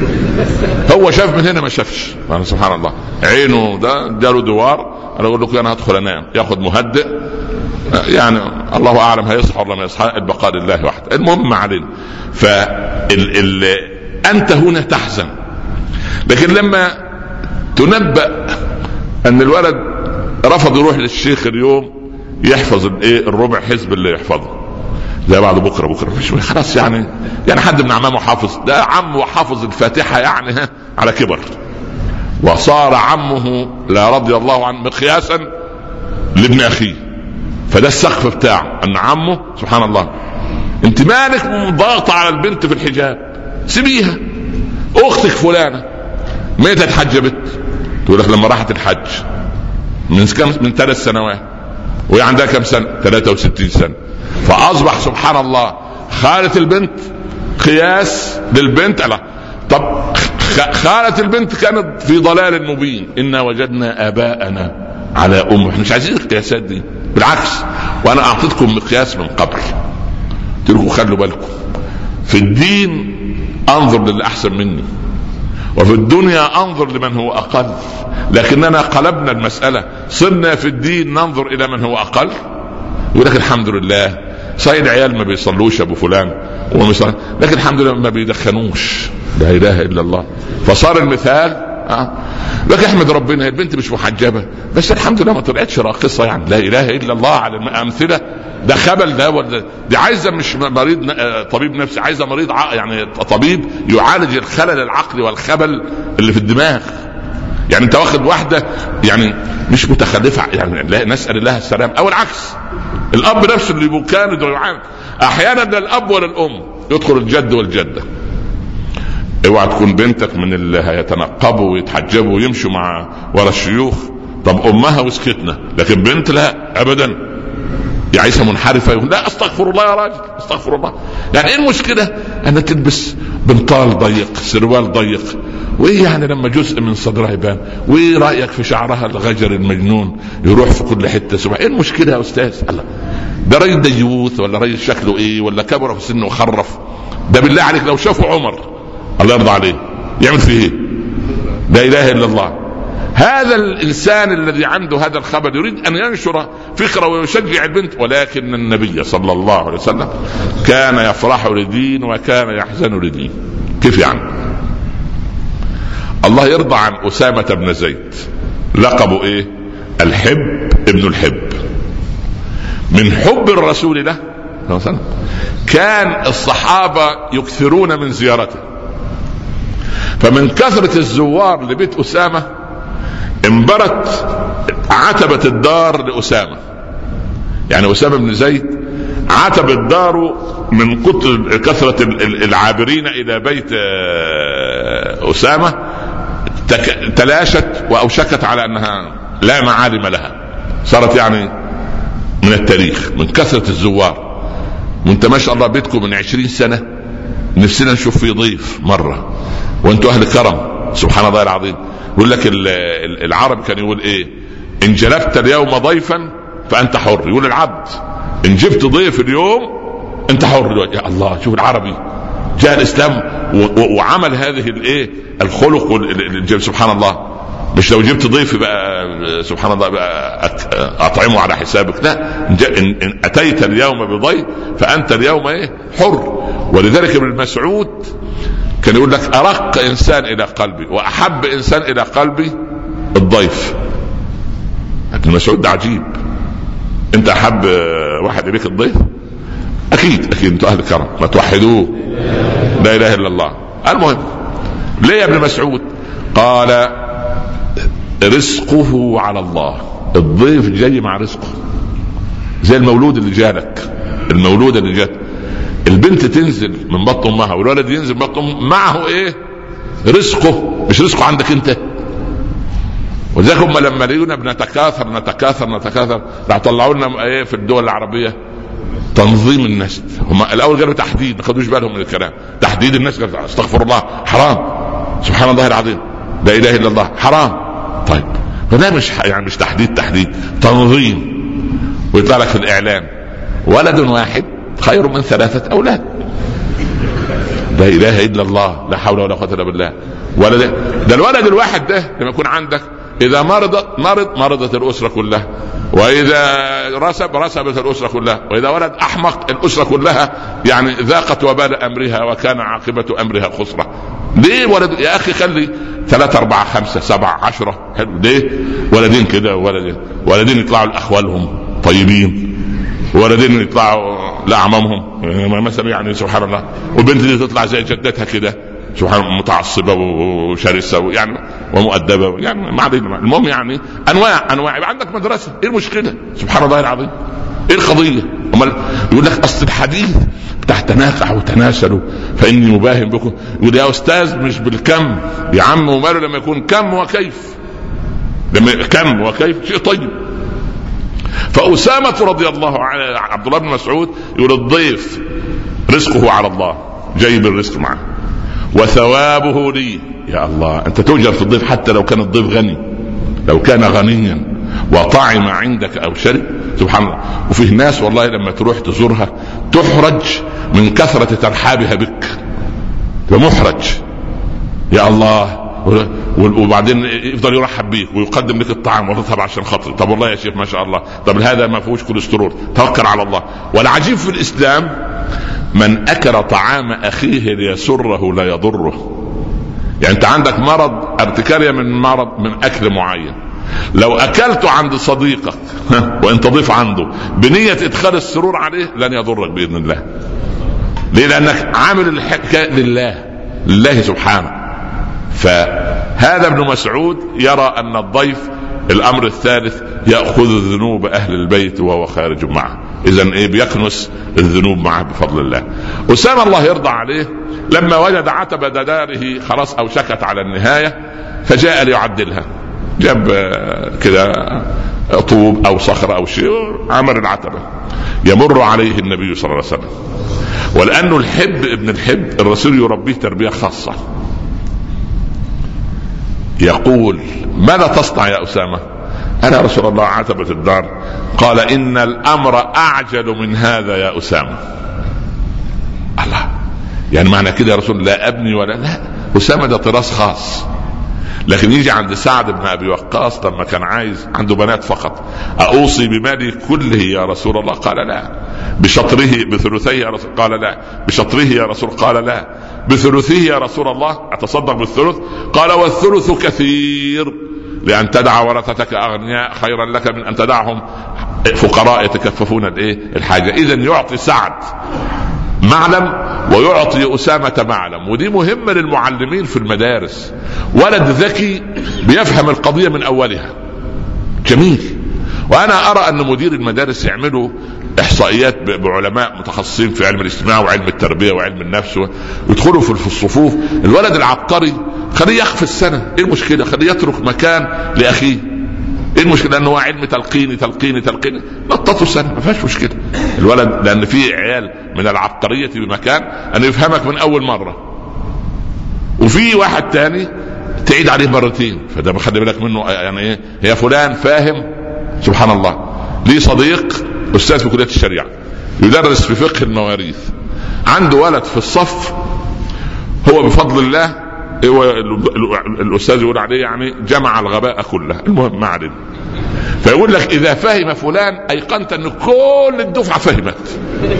هو شاف من هنا ما شافش، سبحان الله عينه ده جاله دوار، انا اقول لكم انا هدخل انام ياخذ مهدئ، يعني الله اعلم هيصحى ولا ما يصحى، البقاء لله وحده. المهم ما علينا. فال ال... انت هنا تحزن، لكن لما تنبأ ان الولد رفض يروح للشيخ اليوم يحفظ الايه الربع حزب اللي يحفظه زي بعد بكره بكره مش خلاص، يعني يعني حد من عمامه حافظ، ده عمه حافظ الفاتحه يعني ها على كبر، وصار عمه لا رضي الله عنه مقياسا لابن اخيه، فده السقف بتاعه ان عمه سبحان الله. انت مالك ضاغطه على البنت في الحجاب؟ سيبيها. اختك فلانه متى اتحجبت؟ تقول لك لما راحت الحج من كم من ثلاث سنوات، وهي عندها كم سنه؟ ثلاثة وستين سنه، فاصبح سبحان الله خالة البنت قياس للبنت. لا طب خالة البنت كانت في ضلال مبين، إنا وجدنا آباءنا على أم. احنا مش عايزين القياسات دي، بالعكس، وانا اعطيتكم مقياس من قبل تلقوا خلوا بالكم في الدين انظر للي احسن مني، وفي الدنيا انظر لمن هو اقل، لكننا قلبنا المسألة صرنا في الدين ننظر الى من هو اقل. يقول لك الحمد لله صحيح العيال ما بيصلوش ابو فلان ومثلا، لكن الحمد لله ما بيدخنوش، لا اله الا الله. فصار المثال أه؟ لك احمد ربنا البنت مش محجبه بس الحمد لله ما طلعتش راقصه، يعني لا اله الا الله على الامثله. ده خبل ده ولا دي عايزه مش مريض طبيب نفسي، عايزه مريض يعني طبيب يعالج الخلل العقلي والخبل اللي في الدماغ. يعني انت واخد واحده يعني مش متخلفه، يعني لا نسال الله السلام، او العكس الاب نفسه اللي بكان يعاني احيانا لا الاب ولا الام، يدخل الجد والجده. اوعى تكون بنتك من اللي هيتنقبوا ويتحجبوا ويمشوا مع ورا الشيوخ، طب امها وسكتنا، لكن بنت لا ابدا، يعيشها منحرفه. لا استغفر الله يا راجل استغفر الله. يعني ايه المشكله ان تلبس بنطال ضيق سروال ضيق، وايه يعني لما جزء من صدرها يبان؟ وايه رايك في شعرها الغجر المجنون يروح في كل حته؟ سبحان ايه المشكله يا استاذ؟ الله ده راجل ديوث ولا راجل شكله ايه ولا كبر في سنه وخرف؟ ده بالله عليك لو شافوا عمر الله يرضى عليه يعمل فيه ايه؟ لا اله الا الله. هذا الانسان الذي عنده هذا الخبر يريد ان ينشر فكره ويشجع البنت، ولكن النبي صلى الله عليه وسلم كان يفرح لدين وكان يحزن لدين. كيف يعني؟ الله يرضى عن أسامة بن زيد، لقبه ايه؟ الحب ابن الحب. من حب الرسول له كان الصحابة يكثرون من زيارته، فمن كثرة الزوار لبيت أسامة انبرت عتبة الدار لأسامة، يعني أسامة بن زيد عتبت داره من كتر كثرة العابرين إلى بيت أسامة، تلاشت وأوشكت على أنها لا معالم لها، صارت يعني من التاريخ من كثرة الزوار. وانت ما شاء الله بيتكم من عشرين سنة نفسنا نشوف فيه ضيف مرة، وانتوا أهل كرم سبحان الله العظيم. يقول لك العرب كان يقول ايه؟ ان جلبت اليوم ضيفا فانت حر. يقول العبد ان جبت ضيف اليوم انت حر. يا الله، شوف العربي جاء الاسلام وعمل هذه الايه الخلق سبحان الله. مش لو جبت ضيف بقى سبحان الله بقى اطعمه على حسابك، لا، ان اتيت اليوم بضيف فانت اليوم ايه حر. ولذلك ابن مسعود كان يقول لك ارق انسان الى قلبي واحب انسان الى قلبي الضيف. ابن مسعود ده عجيب. انت احب واحد اليك الضيف؟ اكيد اكيد انتوا اهل كرم، ما توحدوه لا اله الا الله. المهم ليه يا ابن مسعود؟ قال رزقه على الله. الضيف جاي مع رزقه، زي المولود اللي جالك. المولود اللي جات البنت تنزل من بطن امها والولد ينزل من بطن امه، معه ايه؟ رزقه، مش رزقه عندك انت. وذلك هم لما لقونا بنتكاثر نتكاثر نتكاثر راح طلعوا لنا ايه في الدول العربيه؟ تنظيم النسل. هم الاول قالوا تحديد، ما خدوش بالهم من الكلام. تحديد النسل، استغفر الله، حرام سبحان الله العظيم، لا اله الا الله، حرام. طيب فده مش يعني مش تحديد، تحديد تنظيم. ويطلع لك في الاعلان ولد واحد خير من ثلاثه اولاد. لا اله الا الله، لا حول ولا قوه الا بالله. ولد ده الولد الواحد ده لما يكون عندك اذا مرض مرض مرضت الاسره كلها، واذا رسب رسبت الاسره كلها، واذا ولد احمق الاسره كلها يعني ذاقت وبال امرها وكان عاقبه امرها خسره. ليه ولد يا اخي؟ خلي ثلاثة أربعة خمسة سبعة عشرة، حلو. ليه ولدين كده ولدين ولدين يطلعوا لاخوالهم طيبين، ولدين يطلعوا لاعمامهم مثلا يعني سبحان الله، وبنت دي تطلع زي جدتها كده سبحان الله، متعصبه وشرسه يعني ومؤدبه يعني ما علينا. المهم يعني انواع انواع. يبقى عندك مدرسه، ايه المشكله؟ سبحان الله العظيم، ايه القضيه؟ امال يقول لك اصل الحديث بتاع تناكحوا وتناسلوا فاني مباهم بكم. يقول يا استاذ مش بالكم يا عم، وماله لما يكون كم وكيف؟ لما كم وكيف شيء طيب. فأسامة رضي الله عنه عبد الله بن مسعود يقول الضيف رزقه على الله، جايب الرزق معه وثوابه لي. يا الله، انت تؤجر في الضيف حتى لو كان الضيف غني، لو كان غنيا وطعم عندك او شرب سبحان الله. وفيه ناس والله لما تروح تزورها تحرج من كثرة ترحابها بك، ومحرج يا الله. وبعدين يفضل يرحب بيك ويقدم لك الطعام وتطلب عشان خاطر. طب والله يا شيخ ما شاء الله، طب هذا ما فيهوش كوليسترول، توكل على الله. والعجيب في الاسلام من اكل طعام اخيه ليسره لا يضره. يعني انت عندك مرض ارتكارية من مرض من اكل معين، لو اكلته عند صديقك وانت ضيف عنده بنية ادخال السرور عليه لن يضرك باذن الله. ليه؟ لانك عامل الحكاية لله لله سبحانه. فهذا ابن مسعود يرى ان الضيف الامر الثالث يأخذ ذنوب اهل البيت وهو خارج معه. اذا ايه؟ بيكنس الذنوب معه بفضل الله. أسامة الله يرضى عليه لما وجد عتبة داره خلاص او شكت على النهاية فجاء ليعدلها، جاب كده طوب او صخرة او شيء عمر العتبة. يمر عليه النبي صلى الله عليه وسلم، ولانه الحب ابن الحب الرسول يربيه تربية خاصة. يقول ماذا تصنع يا أسامة؟ أنا رسول الله عتبة الدار. قال إن الأمر أعجل من هذا يا أسامة. الله، يعني معنى كده يا رسول لا أبني ولا لا. أسامة ده طراز خاص. لكن يجي عند سعد بن أبي وقاص لما كان عايز عنده بنات فقط، أوصي بمالي كله يا رسول الله؟ قال لا. بشطره بثلثيه يا رسول؟ قال لا. بشطره يا رسول؟ قال لا. بثلثه يا رسول الله؟ أتصدق بالثلث؟ قال والثلث كثير، لأن تدع ورثتك أغنياء خيرا لك من أن تدعهم فقراء يتكففون الايه الحاجة. إذن يعطي سعد معلم ويعطي أسامة معلم. ودي مهمة للمعلمين في المدارس. ولد ذكي بيفهم القضية من أولها، جميل. وانا ارى ان مدير المدارس يعملوا احصائيات بعلماء متخصصين في علم الاجتماع وعلم التربيه وعلم النفس، ويدخلوا في الصفوف. الولد العبقري خليه يخفي السنه، ايه المشكله؟ خليه يترك مكان لاخيه، ايه المشكله؟ انه هو علم تلقيني تلقيني تلقيني نططوا السنه، ما فيهاش مشكله الولد، لان في عيال من العبقريه بمكان ان يفهمك من اول مره، وفي واحد تاني تعيد عليه مرتين، فده خلي بالك منه. يعني ايه يا فلان فاهم؟ سبحان الله. لي صديق استاذ في كليه الشريعه يدرس في فقه المواريث، عنده ولد في الصف هو بفضل الله هو الاستاذ يقول عليه يعني جمع الغباء كله، المهم ما علينا. فيقول لك اذا فهم فلان ايقنت ان كل الدفعه فهمت.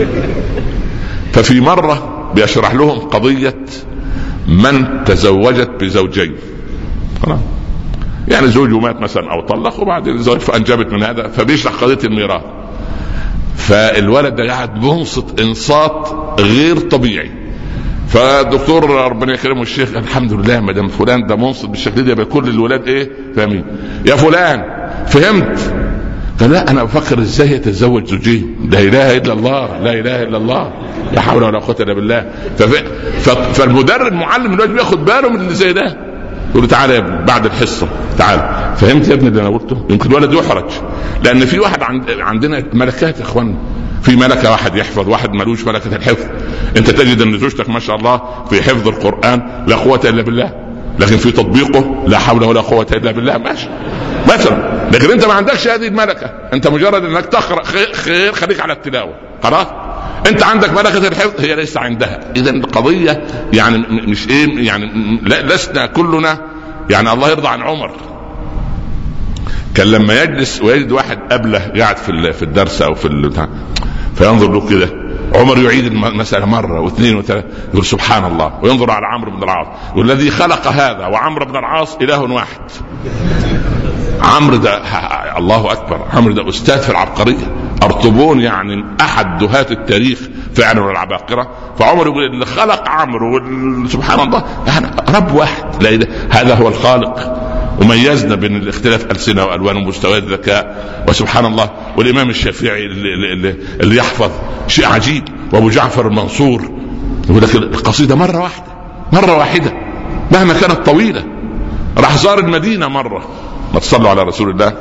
ففي مره بيشرح لهم قضيه من تزوجت بزوجين، يعني زوجه مات مثلا او طلق وبعدين الزوج فانجبت من هذا، فبيشرح قضيه الميراث. فالولد ده قاعد بينصت انصات غير طبيعي، فالدكتور ربنا يكرمه الشيخ الحمد لله ما دام فلان ده منصت بالشكل ده بكل الولاد ايه فاهمين. يا فلان فهمت؟ قال لا انا بفكر ازاي يتزوج زوجين، لا اله الا الله لا اله الا الله لا حول ولا قوه الا بالله. فالمدرب المعلم دلوقتي بياخد باله من اللي زي ده، يقول له تعالى يا ابني بعد الحصه تعالى، فهمت يا ابني اللي انا قلته؟ يمكن الولد يحرج، لان في واحد عندنا ملكات يا اخوان، في ملكه واحد يحفظ، واحد ملوش ملكه الحفظ. انت تجد ان زوجتك ما شاء الله في حفظ القران لا قوه الا بالله، لكن في تطبيقه لا حول ولا قوه الا بالله ماشي مثلا. لكن انت ما عندكش هذه الملكه، انت مجرد انك تقرا خير خليك على التلاوه خلاص. انت عندك ملكه الحفظ هي ليس عندها. اذا القضيه يعني مش ايه يعني لسنا كلنا يعني الله يرضى عن عمر كان لما يجلس ويجد واحد قبله قاعد في في الدرس او في البتاع فينظر له كده، عمر يعيد المسألة مرة واثنين وثلاثة يقول سبحان الله، وينظر على عمرو بن العاص يقول الذي خلق هذا وعمرو بن العاص إله واحد. عمرو ده الله أكبر، عمرو ده أستاذ في العبقرية، أرطبون يعني أحد دهاة التاريخ فعلا والعباقرة. فعمر يقول اللي خلق عمرو سبحان الله يعني رب واحد، لا هذا هو الخالق. وميزنا بين الاختلاف ألسنة وألوان ومستويات ذكاء، وسبحان الله. والإمام الشافعي اللي, اللي, اللي يحفظ شيء عجيب، وأبو جعفر المنصور يقول لك القصيدة مرة واحدة مرة واحدة مهما كانت طويلة. راح زار المدينة مرة، ما تصلوا على رسول الله،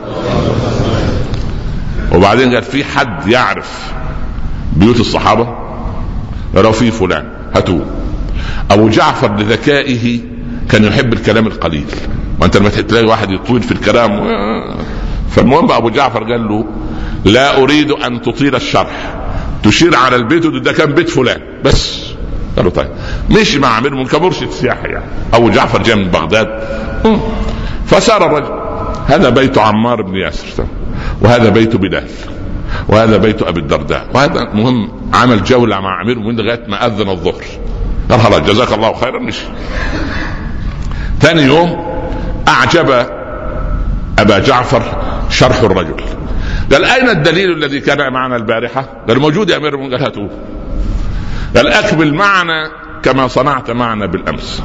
وبعدين قال في حد يعرف بيوت الصحابة؟ لو في فلان هاتوه. أبو جعفر لذكائه كان يحب الكلام القليل، وانت لما تلاقي واحد يطول في الكلام. فالمهم ابو جعفر قال له لا اريد ان تطيل الشرح، تشير على البيت ده كان بيت فلان بس. قالوا طيب. مشي مع امير المؤمنين كمرشد سياحي يعني. ابو جعفر جاء من بغداد، فسار الرجل هذا بيت عمار بن ياسر، وهذا بيت بلال، وهذا بيت ابي الدرداء، وهذا مهم. عمل جوله مع امير المؤمنين لغايه ما اذن الظهر. قال خلاص جزاك الله خيرا مشي. ثاني يوم أعجب أبا جعفر شرح الرجل. قال أين الدليل الذي كان معنا البارحة؟ قال موجود يا أمير المؤمنين. قال هاتوه. قال أكمل معنا كما صنعت معنا بالأمس.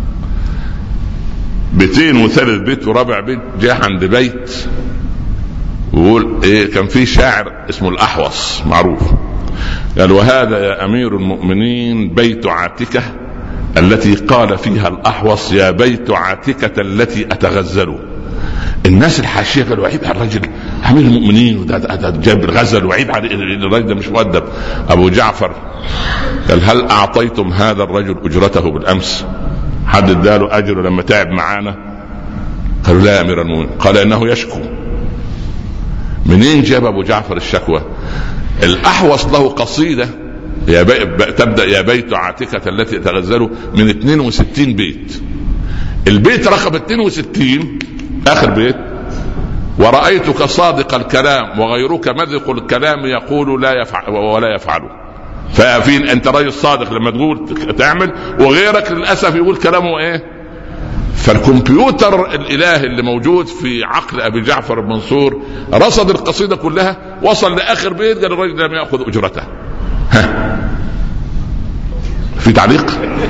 بيتين وثالث بيت ورابع بيت، جاء عند بيت ويقول إيه، كان في شاعر اسمه الأحوص معروف، قال وهذا يا أمير المؤمنين بيت عاتكة التي قال فيها الأحوص يا بيت عاتكة التي أتغزل. الناس الحاشية قالوا عيب على الرجل أمير المؤمنين وده جاب الغزل، وعيب على الرجل ده مش مؤدب. أبو جعفر قال هل أعطيتم هذا الرجل أجرته بالأمس؟ حد اداله أجره لما تعب معانا؟ قالوا لا يا أمير المؤمنين. قال إنه يشكو. منين جاب أبو جعفر الشكوى؟ الأحوص له قصيدة يا بي... تبدأ يا بيت عاتكة التي تغزل من اثنين وستين بيت. البيت رقم اثنين وستين آخر بيت ورأيتك صادق الكلام وغيرك مذق الكلام يقول لا يفعل ولا يفعله. ففين أنت رجل صادق لما تقول تعمل، وغيرك للأسف يقول كلامه إيه. فالكمبيوتر الإله اللي موجود في عقل أبي جعفر المنصور رصد القصيدة كلها، وصل لآخر بيت قال الرجل لم يأخذ أجرته. ها في تعليق؟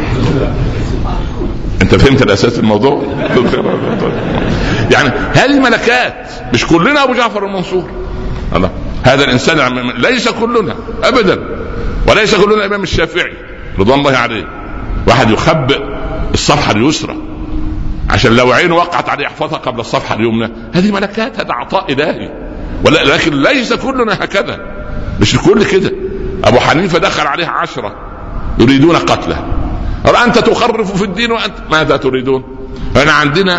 انت فهمت الاساس الموضوع؟ يعني هذه ملكات، مش كلنا ابو جعفر المنصور. الله. هذا الإنسان ليس كلنا أبدا، وليس كلنا الإمام الشافعي رضوان الله عليه. واحد يخبئ الصفحة اليسرى عشان لو عينه وقعت عليه يحفظها قبل الصفحة اليمنى، هذه ملكات، هذا عطاء إلهي. ولكن ليس كلنا هكذا، مش الكل كده. أبو حنيفة دخل عليه عشرة يريدون قتله، قال أنت تخرف في الدين وأنت ماذا تريدون؟ أنا عندنا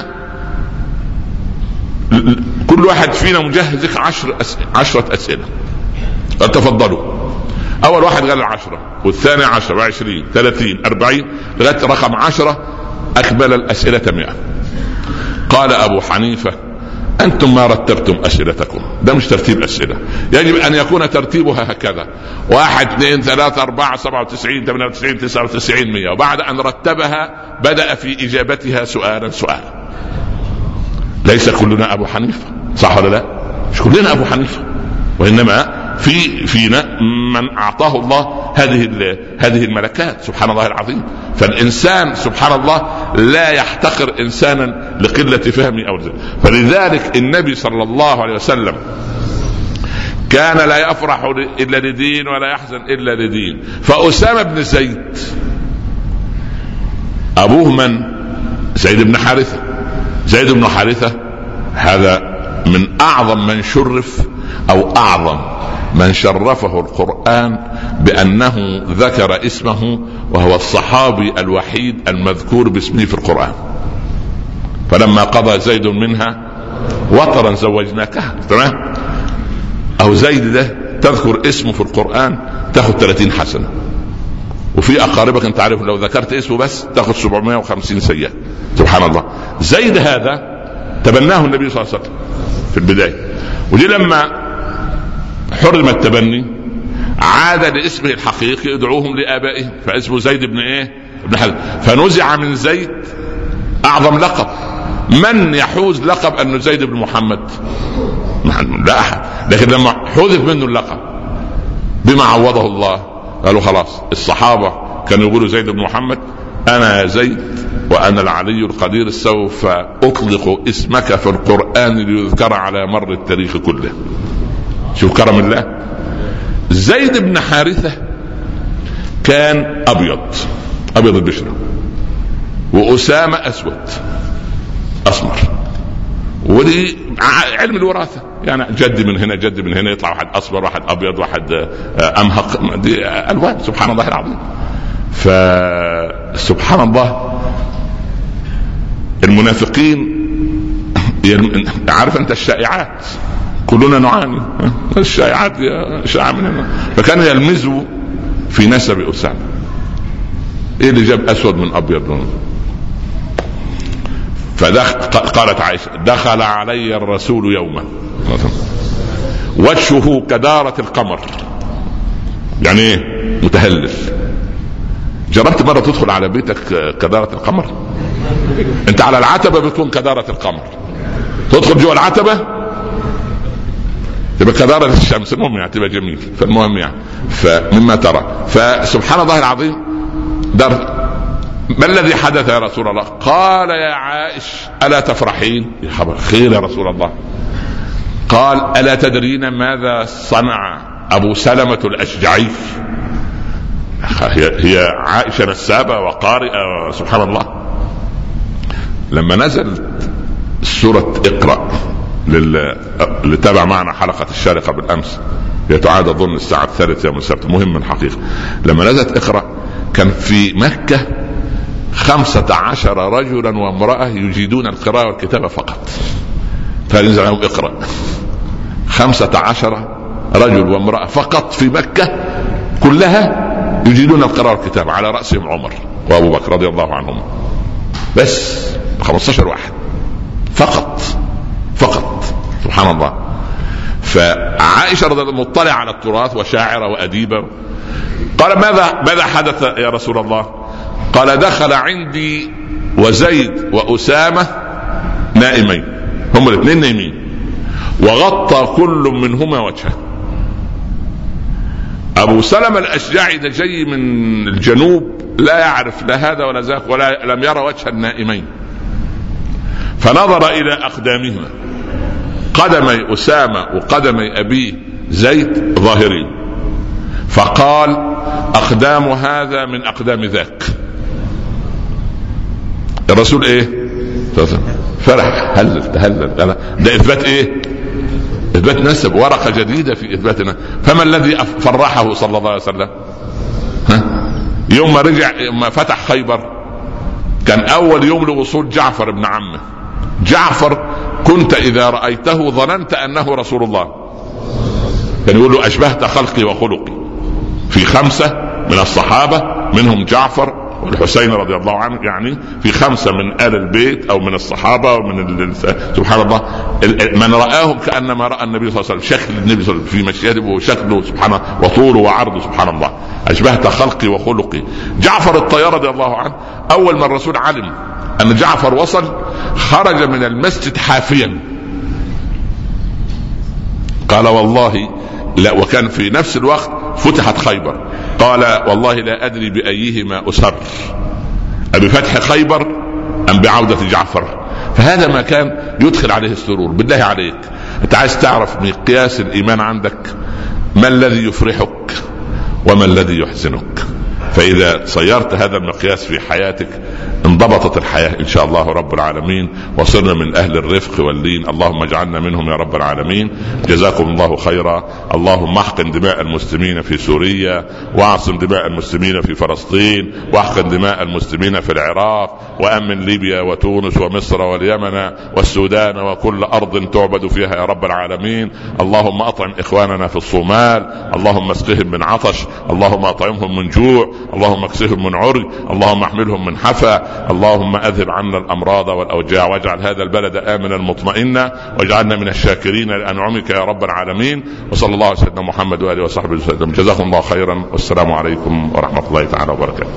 كل واحد فينا مجهز عشر أس... عشرة أسئلة، قال تفضلوا. أول واحد قال عشرة، والثاني عشرة وعشرين ثلاثين أربعين لغاية رقم عشرة أكمل الأسئلة مئة. قال أبو حنيفة أنتم ما رتبتم أسئلتكم، ده مش ترتيب أسئلة، يجب أن يكون ترتيبها هكذا: واحد اثنين ثلاثة أربعة سبعة وتسعين ثمانية وتسعين تسعة وتسعين مئة. وبعد أن رتبها بدأ في إجابتها سؤالا سؤالا. ليس كلنا أبو حنيفة، صح ولا لا؟ مش كلنا أبو حنيفة، وإنما في فينا من أعطاه الله هذه هذه الملكات، سبحان الله العظيم. فالإنسان سبحان الله لا يحتقر إنسانا لقلة فهمه أو ذلك. فلذلك النبي صلى الله عليه وسلم كان لا يفرح إلا لدين ولا يحزن إلا لدين. فأسامة بن زيد أبوه من؟ زيد بن حارثة. زيد بن حارثة هذا من أعظم من شرف أو أعظم من شرفه القرآن بأنه ذكر اسمه، وهو الصحابي الوحيد المذكور باسمه في القرآن. فلما قضى زيد منها وطرا زوجناكها، تمام؟ أو زيد ده تذكر اسمه في القرآن تأخذ ثلاثين حسنة، وفي أقاربك أنت عارف لو ذكرت اسمه بس تأخذ سبعمائة وخمسين سيئة. سبحان الله. زيد هذا تبناه النبي صلى الله عليه وسلم في البداية، ودي لما حرم التبني عاد لاسمه الحقيقي يدعوهم لآبائهم، فاسمه زيد بن ايه؟ ابن حارثة. فنزع من زيد اعظم لقب. من يحوز لقب انه زيد بن محمد؟ لا احد. لكن لما حذف منه اللقب بما عوضه الله قالوا خلاص. الصحابة كانوا يقولوا زيد بن محمد، انا يا زيد وانا العلي القدير سوف اطلق اسمك في القرآن ليذكر على مر التاريخ كله. شوف كرم الله. زيد بن حارثة كان أبيض أبيض البشرة، وأسامة أسود أسمر. ودي علم الوراثة، يعني جد من هنا جد من هنا يطلع واحد أصفر واحد أبيض واحد أمهق، دي ألوان سبحان الله العظيم. فسبحان الله المنافقين عارف أنت الشائعات كلنا نعاني الشائعات شائعة مننا. فكان يلمزوا في نسب أسامة. ايه اللي جاب اسود من ابيض؟ فقالت عائشة دخل علي الرسول يوما وجهه كدارة القمر، يعني ايه؟ متهلل. جربت مرة تدخل على بيتك كدارة القمر؟ انت على العتبة بتكون كدارة القمر، تدخل جوا العتبة تبقى كدارة الشمس. المهم يعني تبقى جميل. فالمهم يعني فمما ترى. فسبحان الله العظيم در. ما الذي حدث يا رسول الله؟ قال يا عائش ألا تفرحين؟ يا خبر خير يا رسول الله. قال ألا تدرين ماذا صنع أبو سلمة الأشجعي؟ هي عائشة نسابة وقارئة سبحان الله. لما نزلت سورة اقرأ اللي تابع معنا حلقة الشارقة بالأمس، هي تعاد أظن الساعة الثالثة يوم السبت، مهم الحقيقة. لما نزلت اقرأ كان في مكة خمسة عشر رجلا وامرأة يجيدون القراءة والكتابة فقط، فنزل لهم اقرأ. خمسة عشر رجل وامرأة فقط في مكة كلها يجيدون القراءة والكتابة، على رأسهم عمر وأبو بكر رضي الله عنهم. بس خمسة عشر واحد فقط فقط سبحان الله. فعائشة رضي الله مطلع على التراث وشاعرة وأديبة. قال ماذا ماذا حدث يا رسول الله؟ قال دخل عندي وزيد وأسامة نائمين، هم الاثنين نايمين، وغطى كل منهما وجهه. أبو سلمة الأشجعي ده جاي من الجنوب، لا يعرف لا هذا ولا ذاك، ولا لم يرى وجه النائمين، فنظر إلى أقدامهما قدمي أسامة وقدمي أبيه زيت ظاهرين، فقال أقدام هذا من أقدام ذاك. الرسول إيه؟ فرح، هلل تهلل. ده إثبات إيه؟ إثبات نسب، ورقة جديدة في إثباتنا. فما الذي فرحه صلى الله عليه وسلم؟ ها؟ يوم ما رجع، ما فتح خيبر، كان أول يوم لوصول جعفر ابن عمه. جعفر كنت إذا رأيته ظننت أنه رسول الله، كان يقول له أشبهت خلقي وخلقي. في خمسة من الصحابة منهم جعفر والحسين رضي الله عنه، يعني في خمسة من آل البيت أو من الصحابة ومن سبحان الله من رآهم كأنما رأى النبي صلى الله عليه وسلم، شكل النبي صلى الله عليه وسلم في مشيته وشكله سبحانه وطوله وعرضه سبحان الله، أشبهت خلقي وخلقي. جعفر الطيار رضي الله عنه أول ما الرسول علم أن جعفر وصل خرج من المسجد حافيا، قال والله لا، وكان في نفس الوقت فتحت خيبر، قال والله لا أدري بأيهما أسر، بفتح خيبر أم بعودة جعفر. فهذا ما كان يدخل عليه السرور. بالله عليك، أنت عايز تعرف مقياس الإيمان عندك؟ ما الذي يفرحك وما الذي يحزنك؟ فإذا صيرت هذا المقياس في حياتك انضبطت الحياة إن شاء الله رب العالمين، وصرنا من أهل الرفق واللين. اللهم اجعلنا منهم يا رب العالمين. جزاكم الله خيرا. اللهم احقن دماء المسلمين في سوريا، واعصم دماء المسلمين في فلسطين، واحقن دماء المسلمين في العراق، وأمن ليبيا وتونس ومصر واليمن والسودان وكل أرض تعبد فيها يا رب العالمين. اللهم أطعم إخواننا في الصومال، اللهم اسقهم من عطش، اللهم أطعمهم من جوع، اللهم اكسهم من عرج، اللهم احملهم من حفا، اللهم اذهب عنا الامراض والاوجاع، واجعل هذا البلد امنا مطمئنا، واجعلنا من الشاكرين لانعمك يا رب العالمين. وصلى الله على سيدنا محمد واله وصحبه وسلم. جزاكم الله خيرا، والسلام عليكم ورحمه الله تعالى وبركاته.